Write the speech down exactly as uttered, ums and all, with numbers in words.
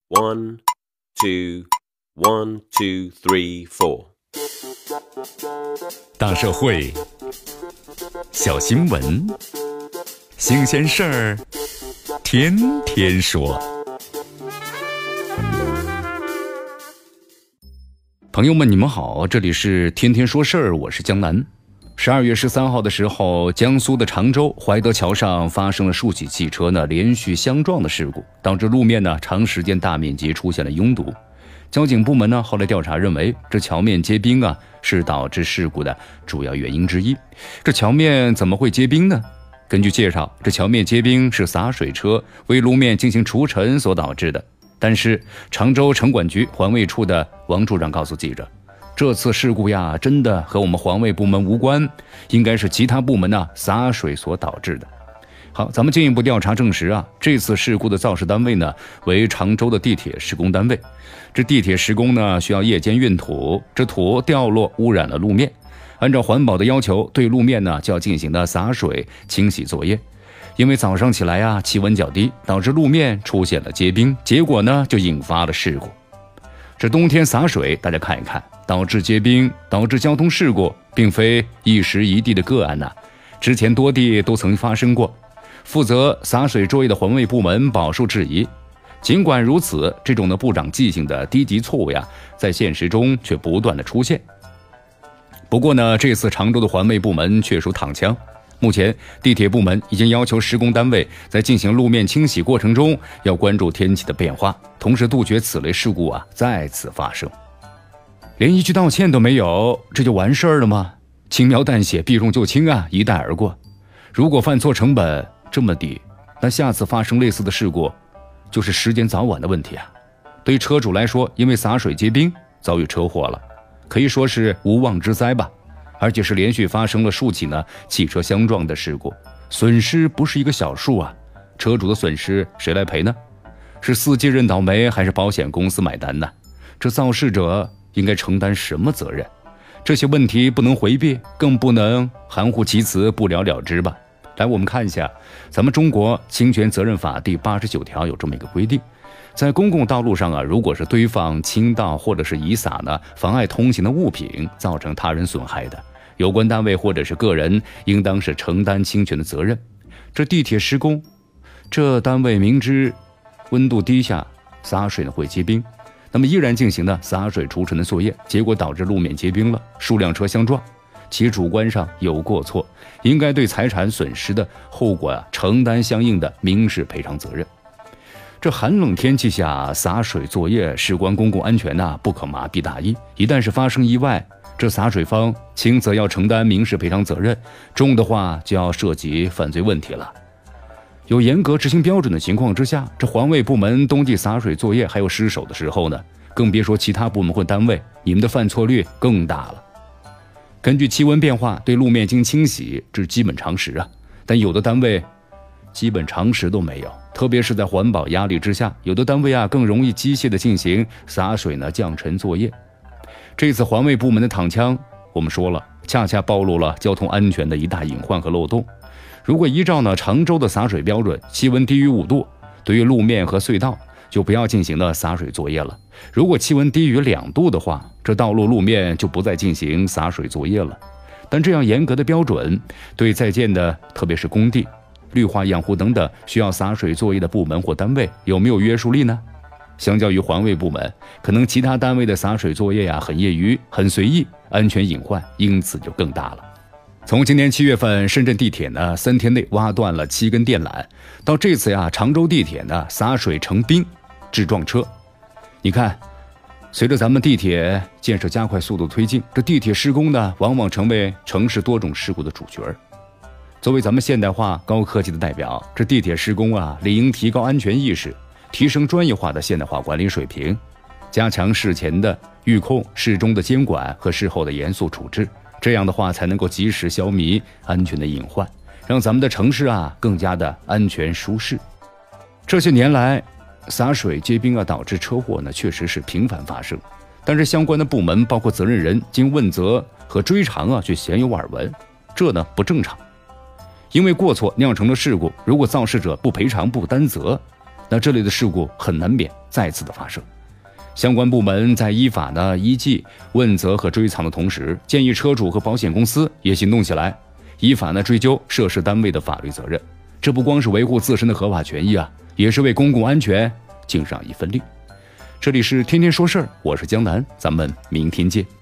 One, two, one, two, three, four。 大社会，小新闻，新鲜事儿，天天说。朋友们，你们好，这里是天天说事儿，我是江南。十二月十三号的时候，江苏的常州怀德桥上发生了数起汽车呢连续相撞的事故，导致路面呢长时间大面积出现了拥堵。交警部门呢后来调查认为，这桥面结冰啊是导致事故的主要原因之一。这桥面怎么会结冰呢？根据介绍，这桥面结冰是洒水车为路面进行除尘所导致的。但是常州城管局环卫处的王处长告诉记者，这次事故呀，真的和我们环卫部门无关，应该是其他部门呢洒水所导致的。好，咱们进一步调查证实啊，这次事故的肇事单位呢为常州的地铁施工单位。这地铁施工呢需要夜间运土，这土掉落污染了路面，按照环保的要求，对路面呢就要进行的洒水清洗作业。因为早上起来啊气温较低，导致路面出现了结冰，结果呢就引发了事故。这冬天洒水，大家看一看，导致结冰，导致交通事故，并非一时一地的个案呐、啊，之前多地都曾发生过。负责洒水作业的环卫部门饱受质疑。尽管如此，这种的不长记性的低级错误呀，在现实中却不断的出现。不过呢，这次常州的环卫部门确属躺枪。目前，地铁部门已经要求施工单位在进行路面清洗过程中，要关注天气的变化，同时杜绝此类事故啊再次发生。连一句道歉都没有，这就完事儿了吗？轻描淡写，避重就轻啊，一带而过。如果犯错成本这么低，那下次发生类似的事故，就是时间早晚的问题啊。对于车主来说，因为洒水结冰遭遇车祸了，可以说是无妄之灾吧。而且是连续发生了数起呢汽车相撞的事故，损失不是一个小数啊。车主的损失谁来赔呢？是司机认倒霉，还是保险公司买单呢？这肇事者应该承担什么责任？这些问题不能回避，更不能含糊其辞不了了之吧。来，我们看一下咱们中国侵权责任法第八十九条有这么一个规定，在公共道路上啊，如果是堆放、倾倒或者是遗撒呢妨碍通行的物品，造成他人损害的，有关单位或者是个人应当是承担侵权的责任。这地铁施工，这单位明知温度低下洒水呢会结冰，那么依然进行呢洒水除尘的作业，结果导致路面结冰了，数辆车相撞，其主观上有过错，应该对财产损失的后果啊承担相应的民事赔偿责任。这寒冷天气下洒水作业事关公共安全呐、啊，不可麻痹大意。一旦是发生意外，这洒水方轻则要承担民事赔偿责任，重的话就要涉及犯罪问题了。有严格执行标准的情况之下，这环卫部门冬季洒水作业还有失手的时候呢，更别说其他部门或单位，你们的犯错率更大了。根据气温变化对路面进行清洗，这是基本常识啊，但有的单位基本常识都没有，特别是在环保压力之下，有的单位啊更容易机械的进行洒水呢降尘作业。这次环卫部门的躺枪，我们说了，恰恰暴露了交通安全的一大隐患和漏洞。如果依照呢常州的洒水标准，气温低于五度，对于路面和隧道就不要进行了洒水作业了。如果气温低于两度的话，这道路路面就不再进行洒水作业了。但这样严格的标准，对在建的特别是工地、绿化养护等等需要洒水作业的部门或单位有没有约束力呢？相较于环卫部门，可能其他单位的洒水作业呀很业余、很随意，安全隐患因此就更大了。从今年七月份深圳地铁呢三天内挖断了七根电缆，到这次呀常州地铁呢洒水成冰致撞车。你看，随着咱们地铁建设加快速度推进，这地铁施工呢往往成为城市多种事故的主角。作为咱们现代化高科技的代表，这地铁施工啊理应提高安全意识，提升专业化的现代化管理水平，加强事前的预控、事中的监管和事后的严肃处置，这样的话才能够及时消弭安全的隐患，让咱们的城市啊更加的安全舒适。这些年来洒水结冰啊导致车祸呢确实是频繁发生，但是相关的部门包括责任人经问责和追偿啊却鲜有耳闻，这呢不正常。因为过错酿成了事故，如果肇事者不赔偿不担责， 那这类的事故很难免再次的发生。相关部门在依法的依纪问责和追偿的同时，建议车主和保险公司也行动起来，依法呢追究涉事单位的法律责任。这不光是维护自身的合法权益啊，也是为公共安全尽上一份力。这里是天天说事儿，我是江南，咱们明天见。